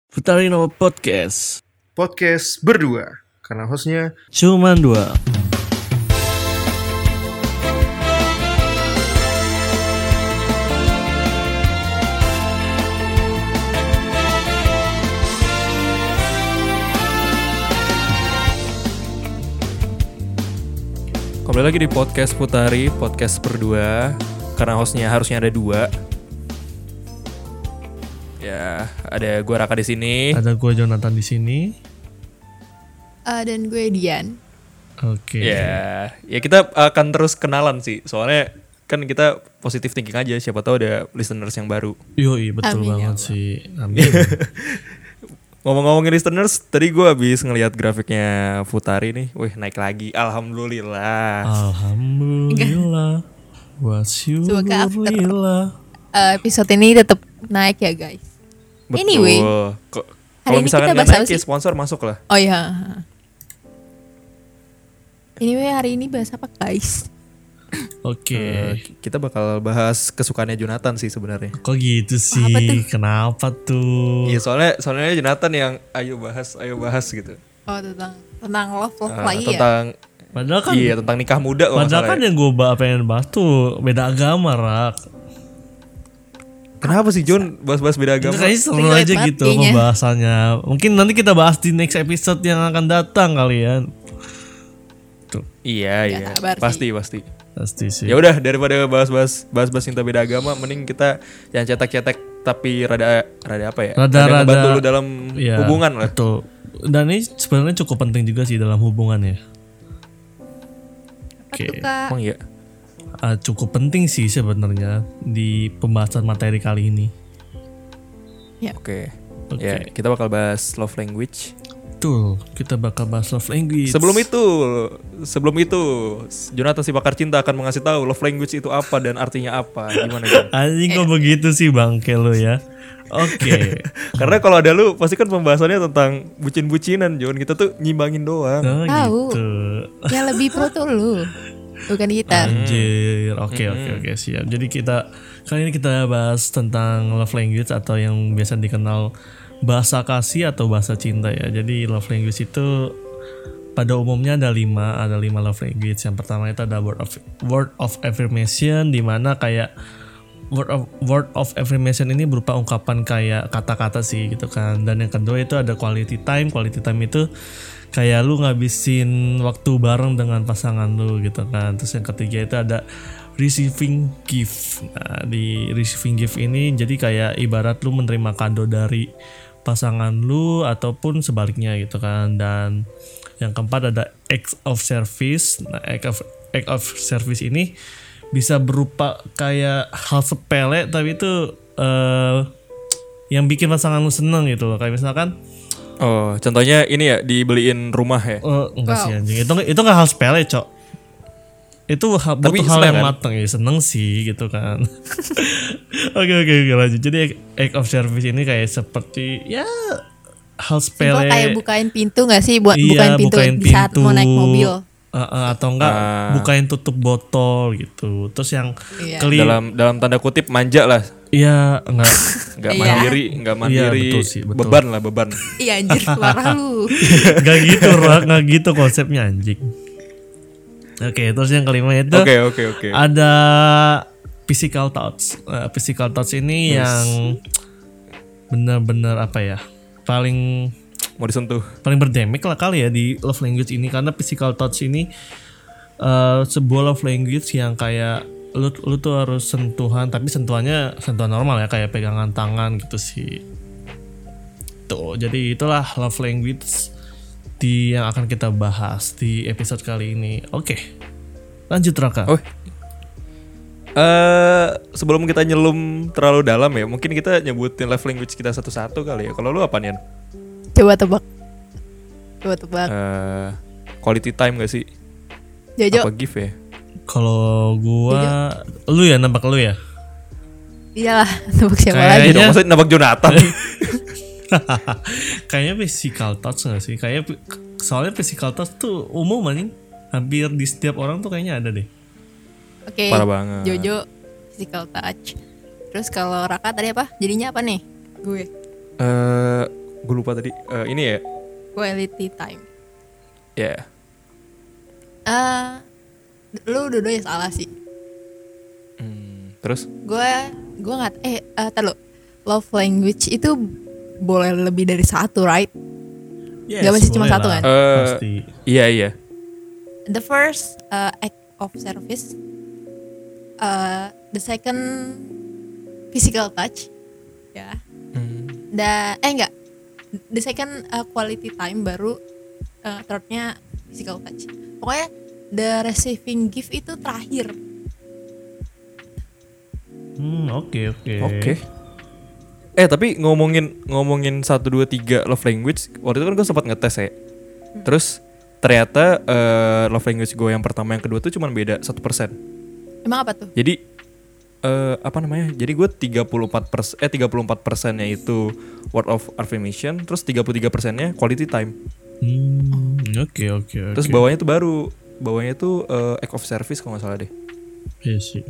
Putarin nama podcast. Podcast berdua, karena hostnya Cuman dua. Kembali lagi di podcast Putari, podcast berdua, karena hostnya harusnya ada dua. Ya, ada gue Raka di sini. Ada gue Jonathan di sini. Dan gue Dian. Oke. Ya kita akan terus kenalan sih, soalnya kan kita positive thinking aja. Siapa tahu ada listeners yang baru. Yoi, betul Amin, banget ya sih. Amin. Ngomong-ngomongin listeners, tadi gue habis ngelihat grafiknya Putari nih. Wih, naik lagi. Alhamdulillah. Alhamdulillah. Semoga Wasyukurillah. episode ini tetap naik ya guys. Betul. Anyway, Kalau ini misalkan kita nggak bahas naik apa ya sih? sponsor masuk lah. Oh iya. Anyway, hari ini bahas apa guys? Oke. Kita bakal bahas kesukaannya Jonathan sih sebenarnya. Kok gitu sih? Apa tuh? Kenapa tuh? Iya, soalnya Jonathan yang ayo bahas gitu. Oh, tentang love lagi ya. Tentang Padahal kan, iya, tentang nikah muda kalau padahal nggak kan salah ya. yang gue pengen bahas tuh beda agama, Rak. Kenapa sih John bahas-bahas beda agama? Itu kayaknya seru Relate aja banget gitu kayaknya. pembahasannya. Mungkin nanti kita bahas di next episode yang akan datang kali ya. Tuh, Iya. sabar Pasti. pasti sih. Ya udah, daripada bahas cinta beda agama, mending kita yang cetek-cetek tapi rada apa ya? Rada- ngebantu lu dalam Iya, hubungan lah. Betul. Dan ini sebenarnya cukup penting juga sih dalam hubungan ya. Apa tuh, Kak? Emang iya. Cukup penting sih sebenarnya di pembahasan materi kali ini. Oke. Oke. Ya, kita bakal bahas love language. Betul, kita bakal bahas love language. Sebelum itu, Jonathan si pakar cinta akan mengasih tahu love language itu apa dan artinya apa. Gimana Jon? Anjing kok begitu sih bangke lo ya. Oke. Karena kalau ada lu pasti kan pembahasannya tentang bucin-bucinan Jon. Kita tuh nyimbangin doang. Oh Tahu. gitu. Yang lebih pro tuh lu, bukan kita. Anjir. Oke, siap. Jadi kali ini kita bahas tentang love language atau yang biasa dikenal bahasa kasih atau bahasa cinta ya. Jadi love language itu pada umumnya ada 5 love language. Yang pertama itu ada word of affirmation, di mana kayak word of affirmation ini berupa ungkapan kayak kata-kata sih gitu kan. Dan yang kedua itu ada quality time. Quality time itu kayak lu ngabisin waktu bareng dengan pasangan lu gitu kan. Terus yang ketiga itu ada receiving gift. Nah, di receiving gift ini jadi kayak ibarat lu menerima kado dari pasangan lu ataupun sebaliknya gitu kan. Dan yang keempat ada act of service. Nah, act of service ini bisa berupa kayak hal sepele tapi itu yang bikin pasangan lu seneng gitu loh. Kayak misalkan Oh, contohnya ini ya, dibeliin rumah ya. enggak Wow. sih anjing. Itu enggak hal sepele, Cok. Itu Tapi butuh hal seneng yang kan? matang ya, seneng sih gitu kan. Oke, lanjut. Jadi act of service ini kayak seperti ya hal Simpel sepele. kayak bukain pintu nggak sih? Buat Iya, bukain pintu bukain di saat mau naik pintu. mobil. Atau enggak bukain tutup botol gitu. Terus yang Iya. Dalam tanda kutip manja lah. iya enggak Nggak Iya. mandiri, Iya, betul sih, betul. beban. Iya anjir, marah lu. enggak gitu, Rak. Enggak gitu konsepnya anjing. Oke, terus yang kelima itu Oke. ada physical touch. Physical touch ini yang benar-benar apa ya? Paling Mau disentuh. berdamage lah kali ya di love language ini, karena physical touch ini sebuah love language yang kayak lu tuh harus sentuhan, tapi sentuhan normal ya, kayak pegangan tangan gitu sih. Tuh, jadi itulah love language yang akan kita bahas di episode kali ini. Oke. Lanjut Raka. Oh. Sebelum kita nyelum terlalu dalam ya, mungkin kita nyebutin love language kita satu-satu kali ya. Kalau lu apa Nian? Coba tebak. Quality time gak sih? Jojo. Apa gift ya? Kalau gua lu ya, nembak lu ya. Iyalah, tebak siapa Kayaknya- lagi? Iya dong, maksudnya nabak Jonathan. Kayaknya physical touch gak sih? Soalnya physical touch tuh umum anjing. Hampir di setiap orang tuh kayaknya ada deh. Oke. Parah banget. Jojo physical touch. Terus kalau Raka tadi apa? Jadinya apa nih? Gue. gue lupa tadi. Ini ya. Quality time. Ya. Lu dua-duanya salah sih. Terus? Gue nggak. Tar lu. Love language itu boleh lebih dari satu, right? Yes, Gak masih cuma boleh satu lah. kan? Pasti. Iya. The first act of service. The second physical touch. Ya. Enggak. The second quality time, baru thirdnya physical touch. Pokoknya the receiving gift itu terakhir. Oke. Oke. Tapi ngomongin 1 2 3 love language, waktu itu kan gue sempat ngetes ya. Terus ternyata love language gue yang pertama yang kedua tuh cuma beda 1%. Emang apa tuh? Jadi Jadi gue 34%-nya itu word of affirmation, terus 33%-nya quality time. Oke. Terus bawahnya tuh act of service kalau nggak salah deh. Iya sih.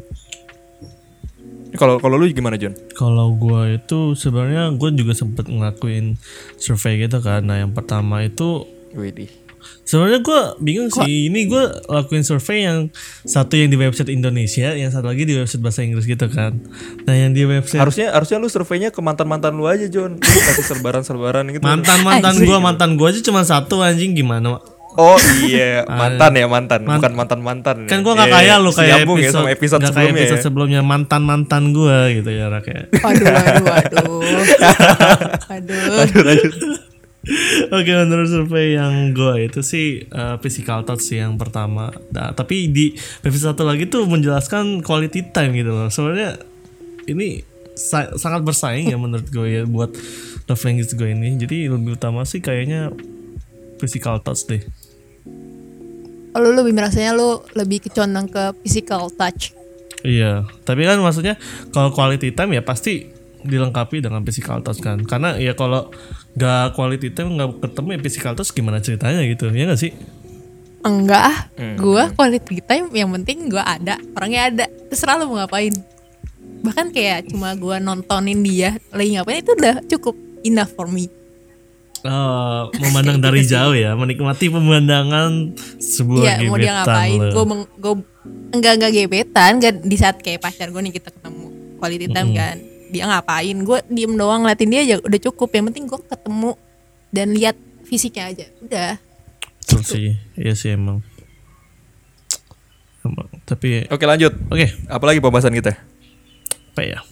Kalau lu gimana, John? Kalau gue itu sebenarnya gue juga sempet ngelakuin survei gitu kan. Nah yang pertama itu Widih. sebenarnya gue bingung sih. Ini gue lakuin survei yang satu yang di website Indonesia, yang satu lagi di website bahasa Inggris gitu kan. Nah yang di website Harusnya lu surveinya ke mantan lu aja, John. Lu kasih serbaran gitu. mantan gue aja cuma satu, anjing gimana? Oh iya, mantan, bukan mantan. Kan gue gak kayak lu kayak Nyambung ya sama episode gak kayak sebelumnya. episode sebelumnya mantan gue gitu ya rakyat. Waduh. Oke, menurut survei yang gue itu sih physical touch sih yang pertama. Nah, tapi di website satu lagi tuh menjelaskan quality time gitu loh. Sebenarnya ini sangat bersaing ya menurut gue ya buat love language gue ini. Jadi lebih utama sih kayaknya physical touch deh. Lu lebih merasanya lu lebih kecondong ke physical touch. Iya, tapi kan maksudnya kalau quality time ya pasti dilengkapi dengan physical touch kan. Karena ya kalau gak quality time gak ketemu ya physical touch gimana ceritanya gitu, ya gak sih? Enggak, gue quality time yang penting gue ada, orangnya ada, terserah lu mau ngapain. Bahkan kayak cuma gue nontonin dia lagi ngapain itu udah cukup enough for me. Memandang dari jauh ya, menikmati pemandangan sebuah gebetan. Iya, mau dia ngapain, gue enggak gebetan, enggak di saat kayak pacar gue nih kita ketemu quality time kan. Dia ngapain, gue diem doang ngeliatin dia aja udah cukup. Yang penting gue ketemu dan lihat fisiknya aja, udah. Betul sih, iya sih emang. Tapi Oke, lanjut. Oke. Apalagi pembahasan kita? Apa ya?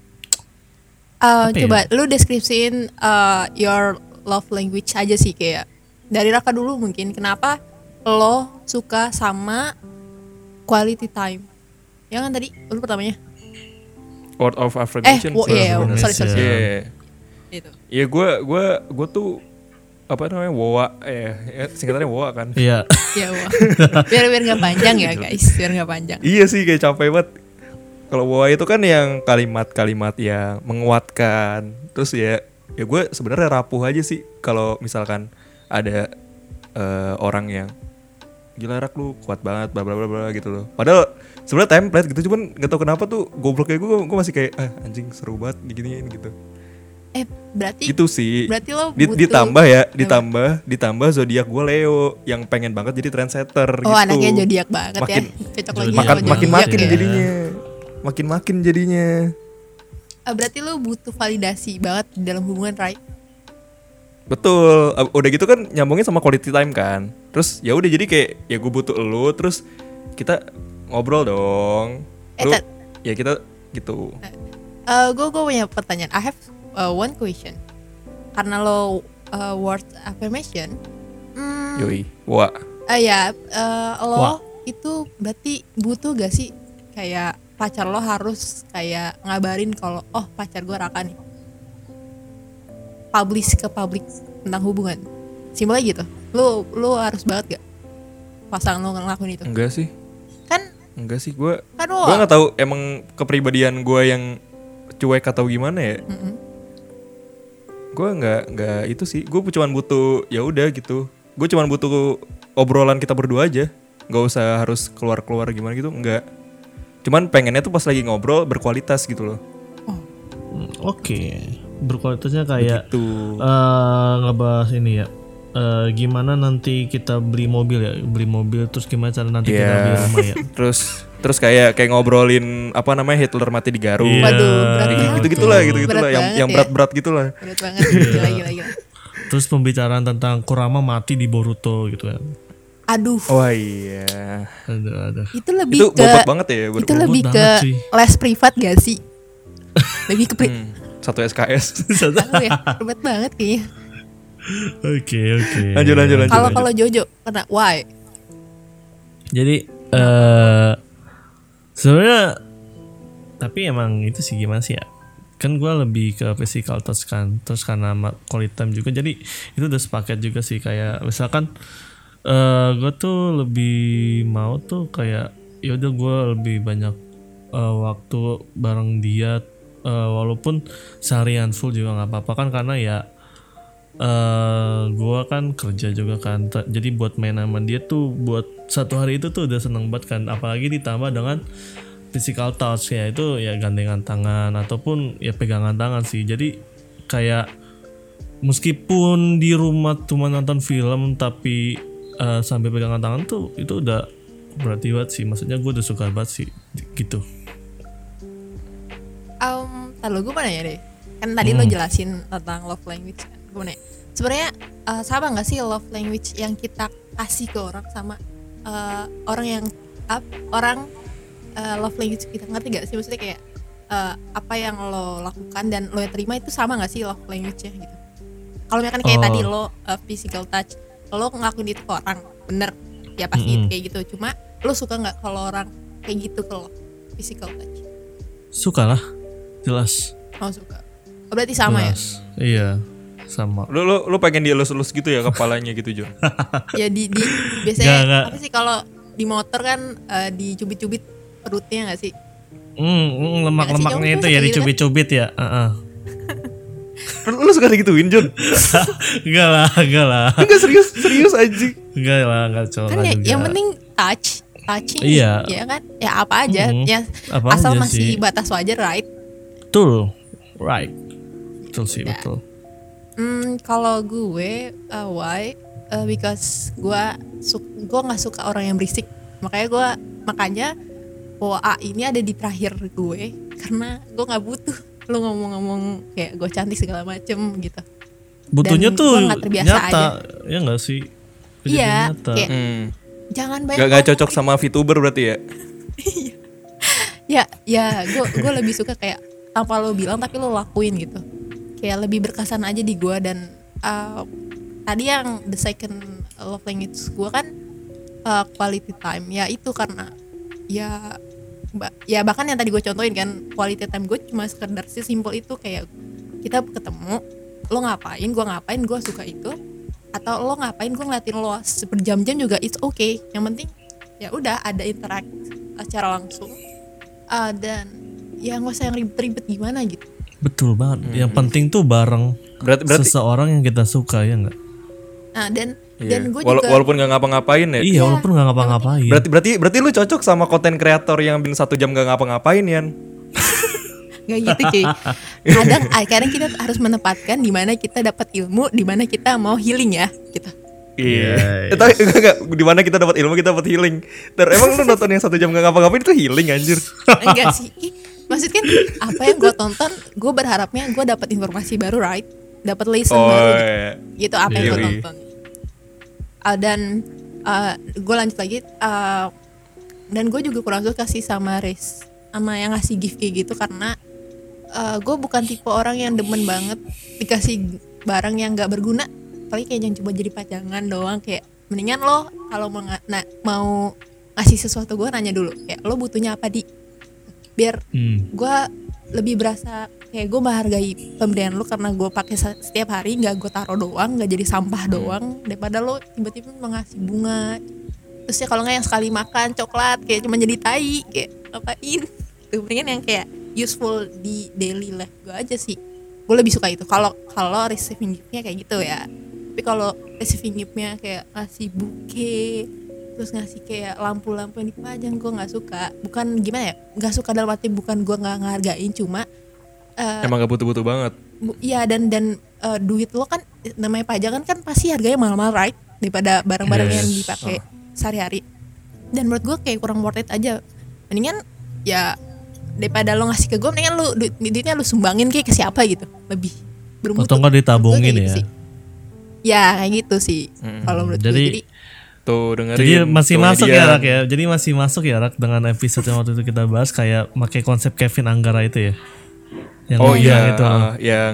Coba lu deskripsiin your love language aja sih, kayak dari Raka dulu mungkin. Kenapa lo suka sama quality time? Ya kan tadi lu pertamanya Word of affirmation. Sorry. Itu. Ya gue tuh apa namanya WOA singkatannya WOA kan. Iya. Iya, biar nggak panjang ya guys, biar nggak panjang. Iya sih, kayak capek banget. Kalau WOA itu kan yang kalimat-kalimat yang menguatkan. Terus ya gue sebenarnya rapuh aja sih kalau misalkan ada orang yang gila Rak lu kuat banget bla bla bla gitu loh. Padahal sebenarnya template gitu, cuman nggak tahu kenapa tuh goblok kayak gue masih kayak anjing seru banget diginiin gitu. Berarti itu sih. Berarti lo butuh ditambah zodiak gue Leo yang pengen banget jadi trendsetter gitu. Oh, anaknya zodiak banget ya. Cocok lagi makin ya. jadinya. Makin jadinya. Berarti lo butuh validasi banget dalam hubungan, right? Betul. Udah gitu kan nyambungin sama quality time kan. Terus ya udah jadi kayak ya gue butuh lo, terus kita ngobrol dong. Ya kita gitu. Gue punya pertanyaan. I have one question. Karena lo word affirmation. Yoi. Wah. Lo itu berarti butuh gak sih kayak pacar lo harus kayak ngabarin kalau pacar gue Raka nih. Publish ke publik tentang hubungan. Simpelnya gitu. Lu harus banget gak pasangan lo ngelakuin itu? Enggak sih. Kan? Enggak sih, gue gue nggak tahu emang kepribadian gue yang cuek atau gimana ya. Gue nggak itu sih. Gue cuma butuh ya udah gitu. Gue cuma butuh obrolan kita berdua aja. Nggak usah harus keluar gimana gitu. Enggak. Cuman pengennya tuh pas lagi ngobrol berkualitas gitu loh. Oke. berkualitasnya kayak Begitu. ngebahas ini ya. Gimana nanti kita beli mobil terus gimana cara nanti kita beli rumah ya. Terus kayak ngobrolin apa namanya, Hitler mati di Garut. Iya. Waduh, berat banget. Gitu-gitulah Berat yang banget ya. berat-berat gitulah. Berat banget. Gila. Terus pembicaraan tentang Kurama mati di Boruto gitu kan. Aduh. Oh iya. Aduh. Itu lebih Itu ke bobot banget ya. itu lebih banget, ke cuy. les privat gak sih? Lebih ke Satu SKS. tahu ya, ribet banget kayaknya. Oke. Lanjut. Kalau Jojo kena why? Jadi sebenarnya tapi emang itu sih gimana sih ya? Kan gue lebih ke physical touch kan, terus karena quality time juga, jadi itu udah sepaket juga sih. Kayak misalkan gue tuh lebih mau tuh kayak yaudah gue lebih banyak waktu bareng dia, walaupun seharian full juga nggak apa-apa kan, karena ya gue kan kerja juga kan, jadi buat main sama dia tuh buat satu hari itu tuh udah seneng banget kan, apalagi ditambah dengan physical touch ya, itu ya gandengan tangan ataupun ya pegangan tangan sih. Jadi kayak meskipun di rumah cuma nonton film tapi sambil pegangan tangan tuh itu udah berarti banget sih, maksudnya gue udah suka banget sih gitu. Lalu gue mau nanya deh, kan tadi lo jelasin tentang love language kan, gue mau nanya sebenarnya sama nggak sih love language yang kita kasih ke orang sama orang yang love language kita, ngerti gak sih maksudnya kayak apa yang lo lakukan dan lo yang terima itu sama nggak sih love language-nya gitu. Kalau misalkan kayak tadi lo physical touch, lo ngelakuin itu ke orang bener ya pasti kayak gitu, cuma lo suka nggak kalau orang kayak gitu ke lo physical touch? Suka lah, jelas. Oh suka. Oh, berarti sama Jelas. Iya, sama. Lu pengen dielus-elus gitu ya kepalanya gitu, Jon? ya? Ya di biasanya Nggak. apa sih kalau di motor kan dicubit-cubit perutnya nggak sih? Lemak-lemaknya Nggak sih, itu kamu ya suka gitu dicubit-cubit ya. Lu suka digituin, Jon? Enggak lah. Enggak, serius anjing. Enggak lah, enggak cowok Kan ya, juga. yang penting touching Iya. ya kan, ya apa aja ya Apa asal aja masih sih. batas wajar, right? Betul, right. Betul sih, betul. Kalau gue why because gue nggak suka orang yang berisik, makanya WA ini ada di terakhir gue karena gue nggak butuh lu ngomong kayak gue cantik segala macem gitu. Butuhnya Dan tuh gua nggak terbiasa nyata, aja. ya nggak sih? Kejadian Iya, nyata. kayak jangan banyak Gak cocok sama VTuber berarti ya? ya gue lebih suka kayak tanpa lo bilang tapi lo lakuin gitu, kayak lebih berkesan aja di gue. Dan tadi yang the second love language gue kan quality time, ya itu karena ya bahkan yang tadi gue contohin kan, quality time gue cuma sekedar sesimpel itu, kayak kita ketemu, lo ngapain, gue ngapain, gue suka itu, atau lo ngapain, gue ngeliatin lo berjam-jam juga it's okay, yang penting ya udah ada interact secara langsung. Dan ya nggak usah yang ribet-ribet gimana gitu. Betul banget. Yang penting tuh bareng Berarti seseorang yang kita suka, ya nggak? Nah dan iya. gue juga Walaupun gak ngapa-ngapain ya? Iya, walaupun nggak ngapa-ngapain. Berarti lu cocok sama konten kreator yang 1 jam gak ngapa-ngapain, Yan? nggak gitu cuy. Kadang kita harus menempatkan di mana kita dapat ilmu, di mana kita mau healing ya gitu. Iya. Tapi enggak, di mana kita dapat ilmu, kita dapat healing. Emang lu nonton yang 1 jam gak ngapa-ngapain itu healing anjir? Enggak sih. Maksudnya kan apa yang gue tonton, gue berharapnya gue dapat informasi baru, right? Dapat lesson baru gitu. Iya. Gitu apa yang gue Iya. tonton. Dan gue lanjut lagi. Dan gue juga kurang suka sih sama Riz, sama yang ngasih gift kayak gitu, karena gue bukan tipe orang yang demen banget dikasih barang yang gak berguna, apalagi kayak yang coba jadi pajangan doang. Kayak mendingan lo kalau mau ngasih sesuatu, gue nanya dulu kayak lo butuhnya apa di, biar gue lebih berasa kayak gue menghargai pemberian lo, karena gue pakai setiap hari, nggak gue taruh doang, nggak jadi sampah doang, daripada lo tiba-tiba mengasih bunga terus ya kalau nggak yang sekali makan coklat kayak cuma jadi tai, kayak ngapain tuh. Mendingan yang kayak useful di daily life gue aja sih, gue lebih suka itu kalau receiving gift-nya kayak gitu ya. Tapi kalau receiving gift-nya kayak ngasih bouquet terus ngasih kayak lampu-lampu yang dipajang, gue nggak suka. Bukan gimana ya, nggak suka dalam arti bukan gue nggak ngehargain, cuma Emang gak butuh-butuh banget. ya dan duit lo kan namanya pajangan kan pasti harganya mahal-mahal, right, daripada barang-barang yang dipakai sehari-hari. Dan menurut gue kayak kurang worth it aja. Mendingan ya daripada lo ngasih ke gue, mendingan lo duitnya lo sumbangin kayak ke siapa gitu, lebih bermutu. Atau nggak ditabungin ya? Gitu, ya kayak gitu sih kalau menurut gue. Jadi tuh dengerin. Jadi masih masuk ya Rak ya. Jadi masih masuk ya Rak dengan episode yang waktu itu kita bahas kayak pakai konsep Kevin Anggara itu ya. Yang itu. Yang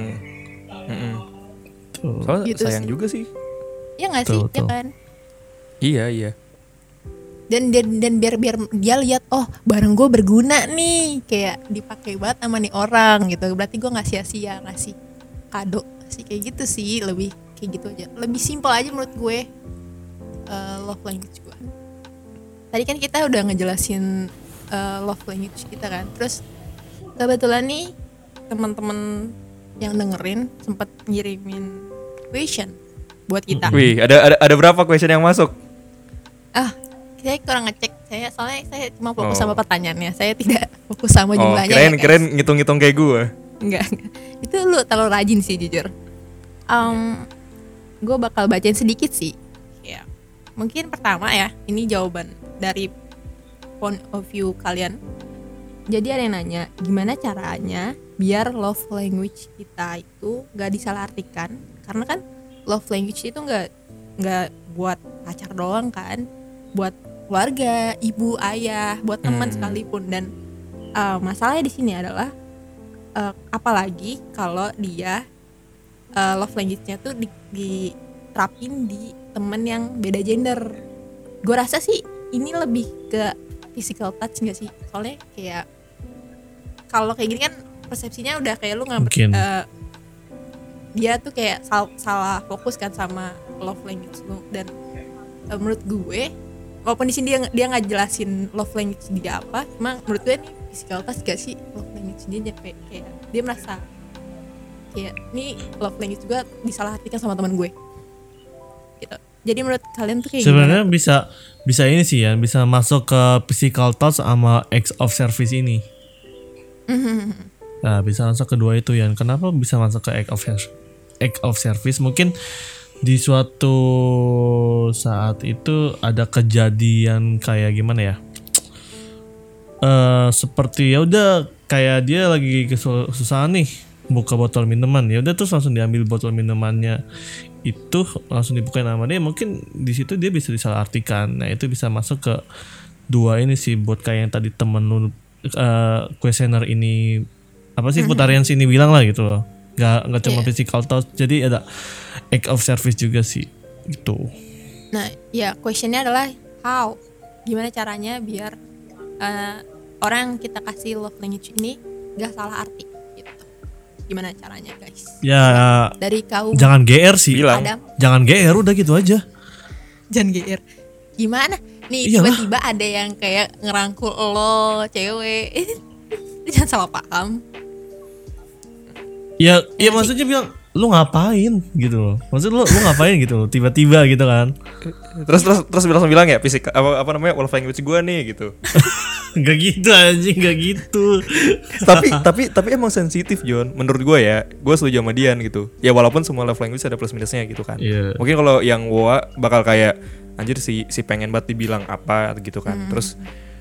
soalnya gitu sayang sih. juga sih. Ya nggak sih, ya kan? Iya. Dan biar dia lihat, oh barang gue berguna nih, kayak dipakai banget sama nih orang gitu. Berarti gue nggak sia-sia ngasih kado sih, kayak gitu sih, lebih kayak gitu aja. Lebih simpel aja menurut gue. Love language gue. Tadi kan kita udah ngejelasin love language kita kan. Terus kebetulan nih teman-teman yang dengerin sempat ngirimin question buat kita. Wih, ada berapa question yang masuk? Saya kurang ngecek. Soalnya saya cuma fokus sama pertanyaannya. Saya tidak fokus sama jumlahnya. Keren ngitung-ngitung kayak gue. Enggak. Itu lu terlalu rajin sih jujur. Gue bakal bacain sedikit sih. Ya. Mungkin pertama ya, ini jawaban dari point of view kalian. Jadi ada yang nanya, gimana caranya biar love language kita itu gak disalahartikan? Karena kan love language itu gak buat pacar doang kan, buat keluarga, ibu, ayah, buat teman sekalipun. Dan masalahnya di sini adalah apalagi kalau dia love language-nya tuh diterapin di temen yang beda gender. Gue rasa sih ini lebih ke physical touch gak sih? Soalnya kayak kalau kayak gini kan persepsinya udah kayak lu ngambil dia tuh kayak salah fokus kan sama love language lu. Dan menurut gue walaupun di sini dia nggak jelasin love language dia apa, cuma menurut gue nih physical touch gak sih love language dia, kayak dia merasa kayak nih love language gue disalahartikan sama teman gue gitu. Jadi menurut kalian tuh kayak sebenarnya gimana? bisa ini sih ya, bisa masuk ke physical touch sama acts of service ini. Nah, bisa masuk kedua itu ya. Kenapa bisa masuk ke act of service? Mungkin di suatu saat itu ada kejadian kayak gimana ya? Seperti ya udah kayak dia lagi kesusahan nih, buka botol minuman, ya udah terus langsung diambil botol minumannya itu langsung dibukain sama dia. Mungkin di situ dia bisa disalahartikan. Nah itu bisa masuk ke dua ini sih, buat kayak yang tadi temen lu questioner ini apa sih Putarians ini bilang lah gitu loh. Nggak cuma physical touch, jadi ada act of service juga sih gitu. Nah ya questionnya adalah how, gimana caranya biar orang yang kita kasih love language ini gak salah arti gitu. Gimana caranya guys? Ya dari kaum jangan GR sih. Adam. Jangan GR, udah gitu aja. Jangan GR. Gimana? Nih tiba-tiba ada yang kayak ngerangkul lo cewek. Jangan salah paham. Ya maksudnya bilang lu ngapain gitu loh. Maksud lu ngapain gitu loh, tiba-tiba gitu kan. Terus langsung bilang ya fisik apa namanya love language gue nih gitu. Enggak gitu anjing, enggak gitu. tapi emang sensitif John menurut gue ya. Gue setuju sama Dian gitu. Ya walaupun semua love language ada plus minusnya gitu kan. Yeah. Mungkin kalau yang Woa bakal kayak anjir si pengen banget dibilang apa gitu kan. Terus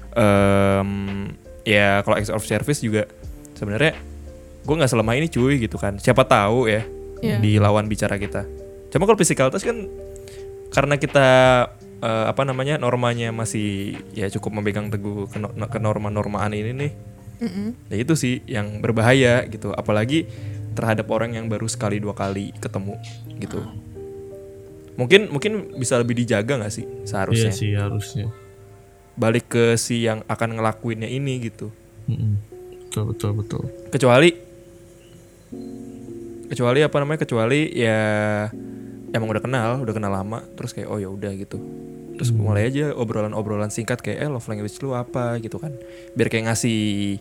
ya kalau acts of service juga sebenarnya gue nggak selemah ini cuy gitu kan. Siapa tahu ya di lawan bicara kita. Cuma kalau physical touch kan karena kita normanya masih ya cukup memegang teguh ke norma-normaan ini nih. Ya itu sih yang berbahaya gitu. Apalagi terhadap orang yang baru sekali dua kali ketemu gitu. Mungkin bisa lebih dijaga nggak sih seharusnya? Iya sih harusnya. Balik ke si yang akan ngelakuinnya ini gitu. Betul. Kecuali ya emang udah kenal lama, terus kayak oh ya udah gitu. Terus mulai aja obrolan singkat kayak love language lu apa gitu kan. Biar kayak ngasih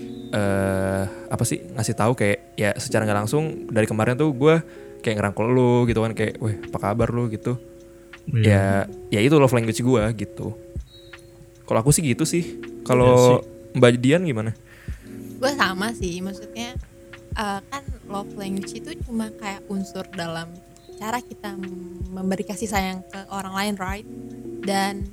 ngasih tahu kayak ya secara nggak langsung dari kemarin tuh gue kayak ngerangkul lu gitu kan, kayak weh apa kabar lu gitu. Ya itu love language gue gitu. Kalau aku sih gitu sih. Kalau Mbak Dian gimana? Gue sama sih, maksudnya kan love language itu cuma kayak unsur dalam cara kita memberi kasih sayang ke orang lain, right? Dan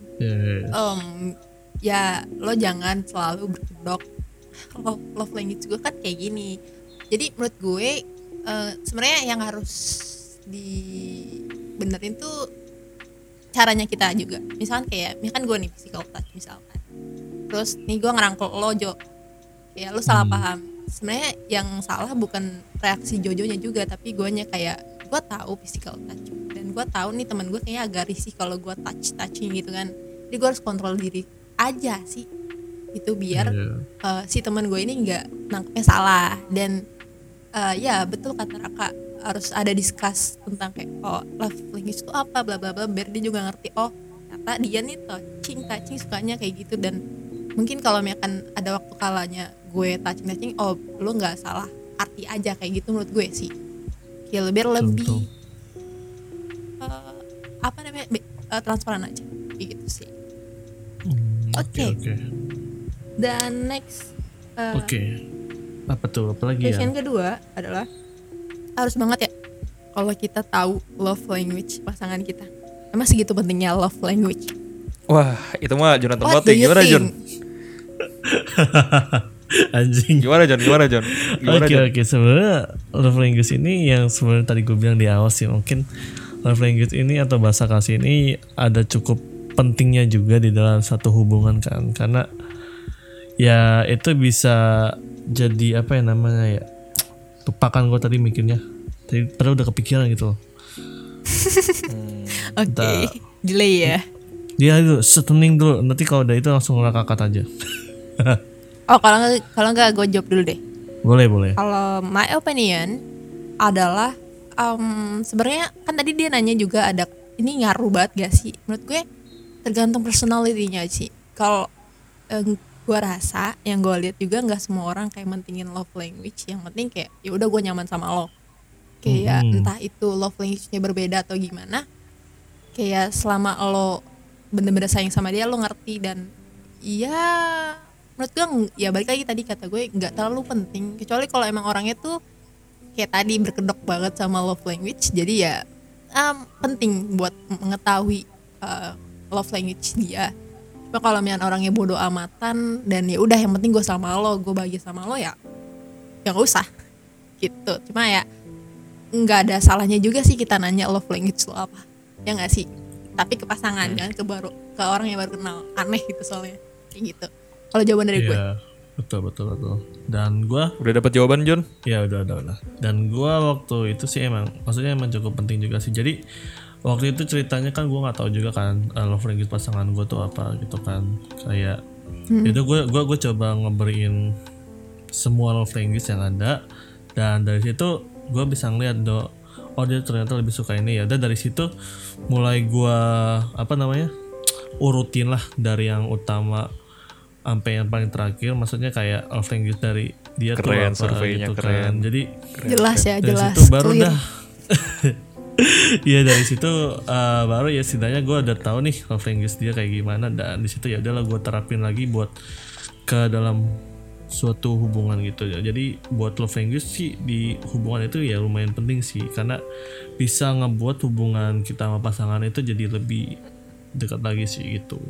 ya lo jangan selalu berkedok love language gue kan kayak gini. Jadi menurut gue sebenarnya yang harus dibenerin tuh caranya kita juga. Misalkan gue nih physical touch misalkan. Terus nih gue ngerangkul lo Jo, kayak lo salah paham. Sebenarnya yang salah bukan reaksi Jojonya juga, tapi guanya kayak gue tahu physical touch dan gue tahu nih teman gue kayaknya agak risih kalau gue touching gitu kan. Jadi gue harus kontrol diri aja sih itu biar si teman gue ini nggak nangkepnya salah. Dan ya betul kata Raka, harus ada discuss tentang kayak love language itu apa bla bla bla biar dia juga ngerti ternyata dia nih touching sukanya kayak gitu. Dan mungkin kalau misalkan ada waktu kalanya gue touching lu nggak salah arti aja kayak gitu menurut gue sih. Kayak lebih apa namanya transparan aja kayak gitu sih. Oke. Dan next apa tuh apalagi ya? Question kedua adalah harus banget ya kalau kita tahu love language pasangan kita. Emang segitu pentingnya love language? Wah, itu mah Jonathan Motte. Gimana Jon? Anjing. Gimana Jon? Oke. Sebenarnya love language ini yang sebenarnya tadi gue bilang di awal sih, mungkin love language ini atau bahasa kasih ini ada cukup pentingnya juga di dalam satu hubungan kan, karena ya itu bisa jadi apa ya namanya ya, lupakan gue tadi mikirnya, tadi padahal udah kepikiran gitu loh. Oke, delay ya. Dia itu setening dulu, nanti kalau udah itu langsung ngakak aja. Kalau nggak gue jawab dulu deh. Boleh. Kalau my opinion adalah sebenarnya kan tadi dia nanya juga ada ini ngaruh banget gak sih? Menurut gue tergantung personality-nya sih. Kalau gue rasa yang gue lihat juga nggak semua orang kayak mentingin love language. Yang penting kayak ya udah gue nyaman sama lo. Kayak entah itu love language-nya berbeda atau gimana. Kayak selama lo bener-bener sayang sama dia, lo ngerti. Dan ya menurut gue ya balik lagi tadi kata gue nggak terlalu penting, kecuali kalau emang orangnya tuh kayak tadi berkedok banget sama love language. Jadi ya penting buat mengetahui love language dia. Cuma kalau misalnya orangnya bodoh amatan dan ya udah yang penting gue sama lo, gue bahagia sama lo, ya nggak usah gitu. Cuma ya nggak ada salahnya juga sih kita nanya love language lo apa, ya nggak sih? Tapi ke pasangan, jangan ke orang yang baru kenal. Aneh gitu soalnya kayak gitu. Kalau jawaban dari gue. Betul. Dan gue udah dapat jawaban Jon? Ya udah. Dan gue waktu itu sih emang cukup penting juga sih. Jadi waktu itu ceritanya kan gue nggak tahu juga kan love language pasangan gue tuh apa gitu kan. Kayak itu gue coba ngeberiin semua love language yang ada, dan dari situ gue bisa ngeliat dia ternyata lebih suka ini. Ya udah dari situ mulai gue urutin lah dari yang utama sampai yang paling terakhir, maksudnya kayak love language dari dia keren, tuh apa gitu keren. kan. Jadi jelas dari jelas situ baru dah ya dari situ baru ya setidaknya gue udah tahu nih love language dia kayak gimana, dan di situ ya udahlah gue terapin lagi buat ke dalam suatu hubungan gitu ya. Jadi buat love language sih di hubungan itu ya lumayan penting sih, karena bisa ngebuat hubungan kita sama pasangan itu jadi lebih dekat lagi sih gitu.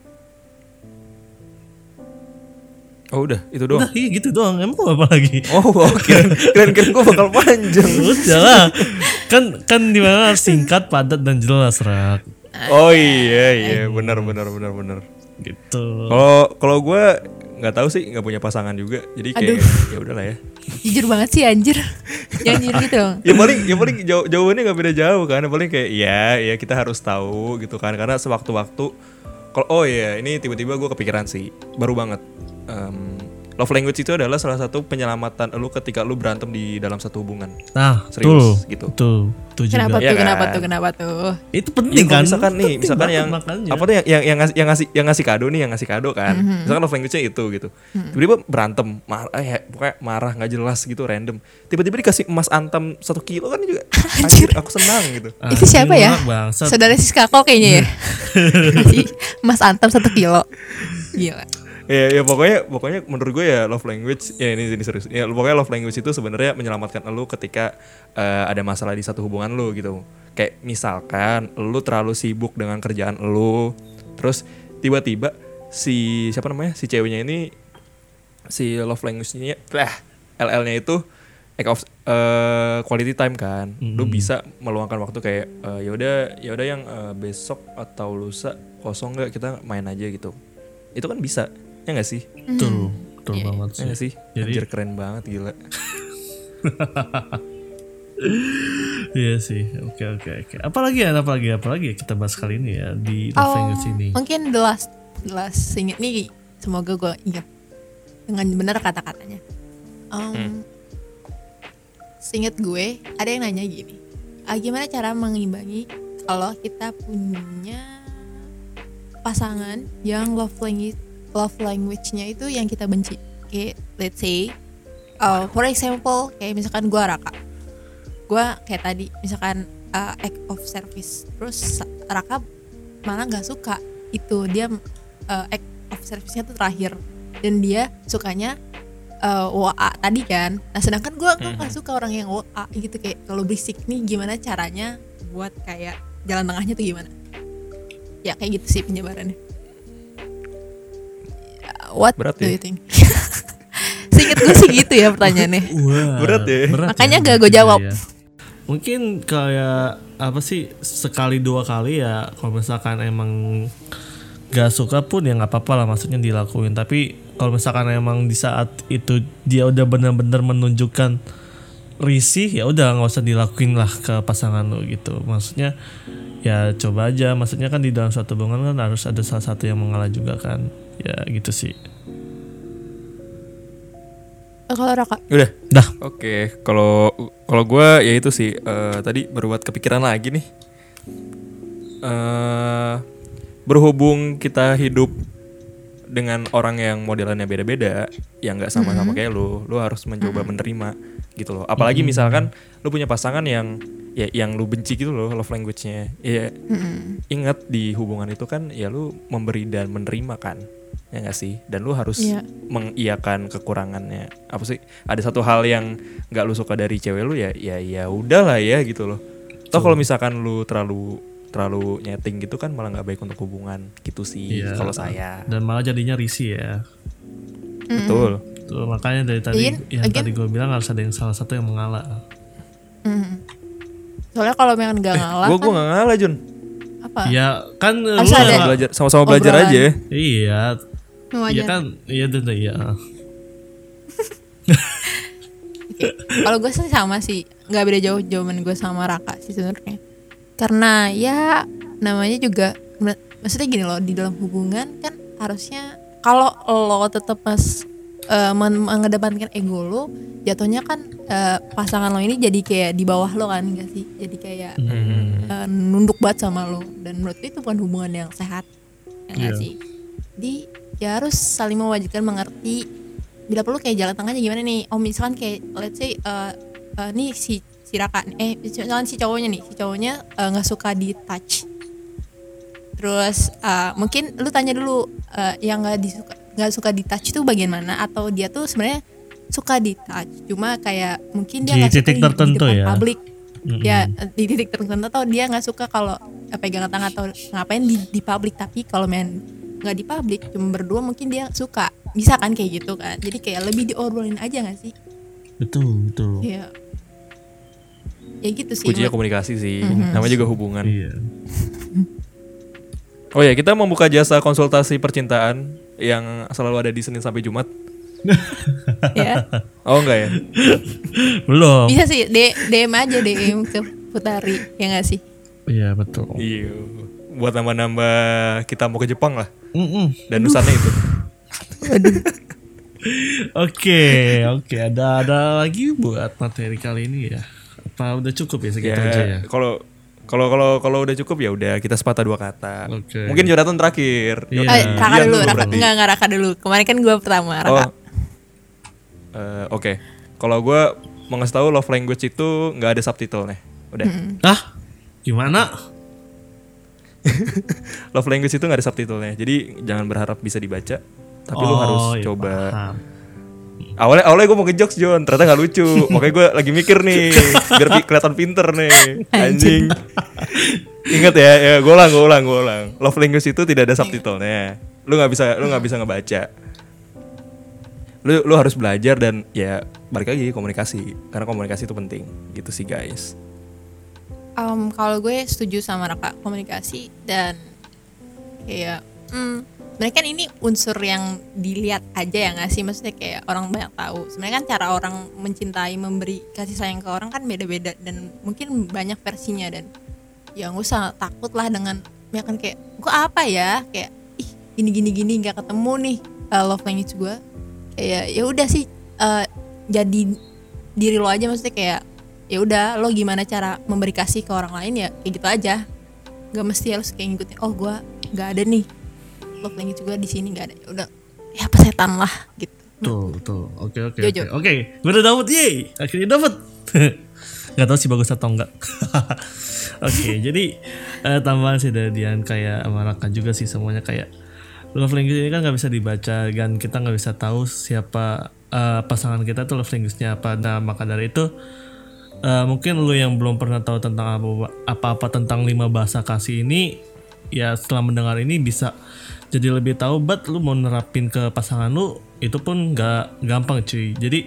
Oh udah, itu doang? Udah, iya gitu doang, emang apa lagi? Keren gue bakal panjang. Udah lah, kan dimana singkat, padat, dan jelas, Rak. Oh iya, benar. Gitu. Kalau gue nggak tahu sih, nggak punya pasangan juga, jadi kayak ya udahlah ya. Jujur banget sih anjir, jangan jujur gitu dong. Ya paling jawabannya nggak beda jauh kan, paling kayak ya kita harus tahu gitu kan, karena sewaktu-waktu kalau ini tiba-tiba gue kepikiran sih, baru banget. Love language itu adalah salah satu penyelamatan lu ketika lu berantem di dalam satu hubungan. Nah, serius gitu. Tuh juga. Kenapa tuh? Itu penting kan? Misalkan yang makanya. Apa tuh yang ngasih kado nih, yang ngasih kado kan. Misalkan love language-nya itu gitu. Tiba-tiba berantem, pokoknya marah enggak jelas gitu, random. Tiba-tiba dikasih emas antam 1 kilo kan juga. Anjir, aku senang gitu. Itu siapa ya? Saudara Siskako kayaknya ya. Kasih emas antam 1 kilo. Gila. Ya pokoknya menurut gue ya love language ya ini serius. Ya pokoknya love language itu sebenarnya menyelamatkan lu ketika ada masalah di satu hubungan lu gitu. Kayak misalkan lu terlalu sibuk dengan kerjaan lu, terus tiba-tiba si ceweknya ini si love language-nya LL-nya itu act of quality time kan. Lu bisa meluangkan waktu kayak yaudah yang besok atau lusa kosong nggak, kita main aja gitu. Itu kan bisa, ya nggak sih? Betul banget Ya sih. nggak sih? Jadi Anjir keren banget gila. iya sih. Oke. Apalagi ya kita bahas kali ini ya di love language ini. Mungkin the last inget nih, semoga gue ingat dengan benar kata-katanya. Seinget gue ada yang nanya gini, gimana cara mengimbangi kalau kita punya pasangan yang love language-nya itu yang kita benci. Kayak let's say for example kayak misalkan gue Raka, gue kayak tadi misalkan act of service, terus Raka malah nggak suka itu, dia act of service-nya tuh terakhir dan dia sukanya WA tadi kan. Nah sedangkan gue nggak suka orang yang WA gitu, kayak kalau berisik nih gimana caranya buat kayak jalan tengahnya tuh gimana ya, kayak gitu sih penyebarannya. What Berat do ya? you think? Seinget gue sih gitu ya pertanyaannya. Wah, Berat ya? Makanya ya, gak gue jawab. ya. Mungkin kayak apa sih, sekali dua kali ya, kalau misalkan emang gak suka pun ya gak apa-apa lah, maksudnya dilakuin. Tapi kalau misalkan emang di saat itu dia udah benar-benar menunjukkan risih, ya udah nggak usah dilakuin lah ke pasangan lo gitu. Maksudnya ya coba aja, maksudnya kan di dalam suatu hubungan kan harus ada salah satu yang mengalah juga kan, ya gitu sih. Kalau Raka? Dah. Oke, kalau gue ya itu sih tadi baru buat kepikiran lagi nih. Berhubung kita hidup dengan orang yang modelannya beda-beda, yang nggak sama-sama kayak lu harus mencoba menerima gitu loh. Apalagi misalkan lu punya pasangan yang lu benci gitu loh love language-nya. Ya ingat di hubungan itu kan ya lu memberi dan menerima kan. Ya nggak sih? Dan lu harus mengiyakan kekurangannya. Apa sih? Ada satu hal yang nggak lu suka dari cewek lu ya udahlah ya gitu loh. Toh kalau misalkan lu terlalu nyeting gitu kan malah nggak baik untuk hubungan gitu sih kalau saya. Dan malah jadinya risih ya. Betul. Tuh, makanya dari tadi tadi gue bilang harus ada yang salah satu yang mengalah. Soalnya kalau memang nggak ngalah Gue nggak ngalah Jun. apa? Ya kan lu ada belajar sama-sama belajar obrolan. aja. iya. Wajar. Iya kan, iya. Kalau gue sih sama sih, nggak beda jauh jawaban gue sama Raka sih sebenarnya. Karena ya namanya juga, maksudnya gini loh, di dalam hubungan kan harusnya kalau lo tetap mengedepankan ego lo, jatuhnya kan pasangan lo ini jadi kayak di bawah lo kan, nggak sih? Jadi kayak nunduk banget sama lo, dan menurut gue itu bukan hubungan yang sehat, ya nggak sih? Jadi ya harus saling mewajibkan, mengerti. Bila perlu kayak jalan tengahnya gimana nih? Oh misalkan kayak let's say nih si Raka, misalkan si cowoknya nggak suka di touch. Terus mungkin lu tanya dulu yang nggak suka di touch itu bagian mana, atau dia tuh sebenarnya suka di touch, cuma kayak mungkin dia nggak suka titik tertentu di depan ya. publik. Ya di titik tertentu, atau dia nggak suka kalau pegangan tangan atau ngapain di publik. Tapi kalau main nggak di publik cuma berdua mungkin dia suka, bisa kan kayak gitu kan. Jadi kayak lebih diobrolin aja nggak sih? Betul. Iya. Ya gitu sih. Kuncinya komunikasi sih. Namanya juga hubungan. Iya. Oh ya, kita membuka jasa konsultasi percintaan yang selalu ada di Senin sampai Jumat. Ya. Oh enggak ya? Belum. Bisa sih, DM aja DM ke Putari, ya nggak sih? Iya betul. Iya. Buat nambah-nambah kita mau ke Jepang lah. Dan nusannya itu. Oke. Ada lagi buat materi kali ini ya? Apa udah cukup ya segitu aja ya? Kalau udah cukup ya udah kita sepatah dua kata. Oke. Mungkin Jonathan terakhir. Iya. Raka Ian dulu, berarti. Enggak Raka dulu. Kemarin kan gue pertama, Raka. Oke. Kalau gue mau ngasih tahu love language itu nggak ada subtitlenya. Udah. Gimana? Love language itu nggak ada subtitlenya. Jadi jangan berharap bisa dibaca. tapi lu harus iya, coba. paham. Awalnya gue mau ngejokes John, ternyata gak lucu. Makanya gue lagi mikir nih, biar kelihatan pinter nih. Anjing. Ingat ya, gue ulang. Love language itu tidak ada subtitlenya. Lu nggak bisa ngebaca. Lu harus belajar dan ya balik lagi komunikasi, karena komunikasi itu penting. Gitu sih guys. Kalau gue setuju sama Raka, komunikasi dan kayak sebenarnya kan ini unsur yang dilihat aja ya nggak sih, maksudnya kayak orang banyak tahu. Sebenarnya kan cara orang mencintai, memberi kasih sayang ke orang kan beda-beda dan mungkin banyak versinya, dan ya nggak usah takut lah dengan ya kan kayak gue apa ya kayak gini nggak ketemu nih love language gue, kayak ya udah sih jadi diri lo aja, maksudnya kayak ya udah lo gimana cara memberi kasih ke orang lain ya kayak gitu aja, nggak mesti harus kayak ngikutin oh gue nggak ada nih love language gue di sini nggak ada, ya udah ya apa setan lah gitu. Tuh. Oke. Gue udah dapet, yeay. Akhirnya dapet. Gak tahu sih bagus atau enggak. Oke, jadi tambahan sih dari Dian kayak sama Raka juga sih, semuanya kayak love language ini kan nggak bisa dibaca dan kita nggak bisa tahu siapa pasangan kita tuh love language-nya apa. Nah maka dari itu mungkin lu yang belum pernah tahu tentang apa-apa tentang 5 bahasa kasih ini, ya setelah mendengar ini bisa jadi lebih tahu. But lu mau nerapin ke pasangan lu itu pun nggak gampang cuy. Jadi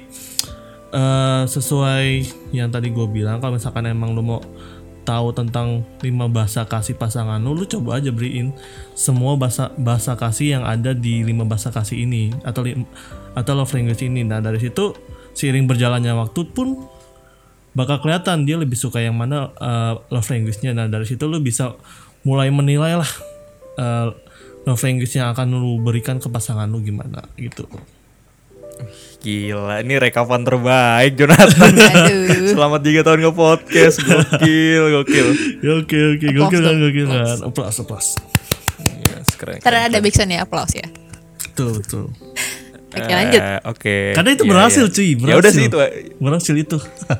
sesuai yang tadi gue bilang, kalau misalkan emang lu mau tahu tentang 5 bahasa kasih pasangan lu coba aja beriin semua bahasa kasih yang ada di 5 bahasa kasih ini atau love language ini. Nah dari situ seiring berjalannya waktu pun bakal kelihatan dia lebih suka yang mana love language-nya. Nah dari situ lu bisa mulai menilai lah love language yang akan lu berikan ke pasangan lu gimana gitu. Gila, ini rekapan terbaik Jonathan. Selamat 3 tahun nge-podcast. Gokil. Gokil kan. Applause. Yes, keren. Ada backsound ya, applause ya. Betul. Oke, lanjut. Oke. Karena itu berhasil cuy. Ya udah sih itu. Berhasil itu.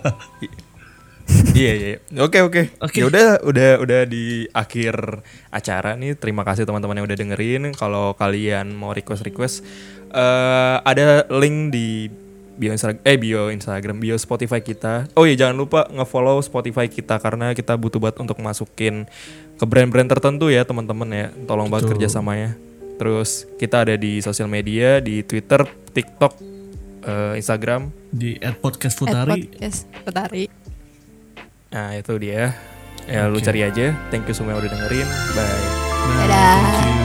Iya. Oke. Ya udah di akhir acara nih. Terima kasih teman-teman yang udah dengerin. Kalau kalian mau request ada link di bio Instagram, bio Spotify kita. Oh iya, jangan lupa nge-follow Spotify kita karena kita butuh banget untuk masukin ke brand-brand tertentu ya teman-teman ya. Tolong banget kerjasamanya. Terus kita ada di sosial media, di Twitter, TikTok, Instagram di @podcastfutari. Nah itu dia. Ya lu cari aja. Thank you semua yang udah dengerin. Bye. Dadah.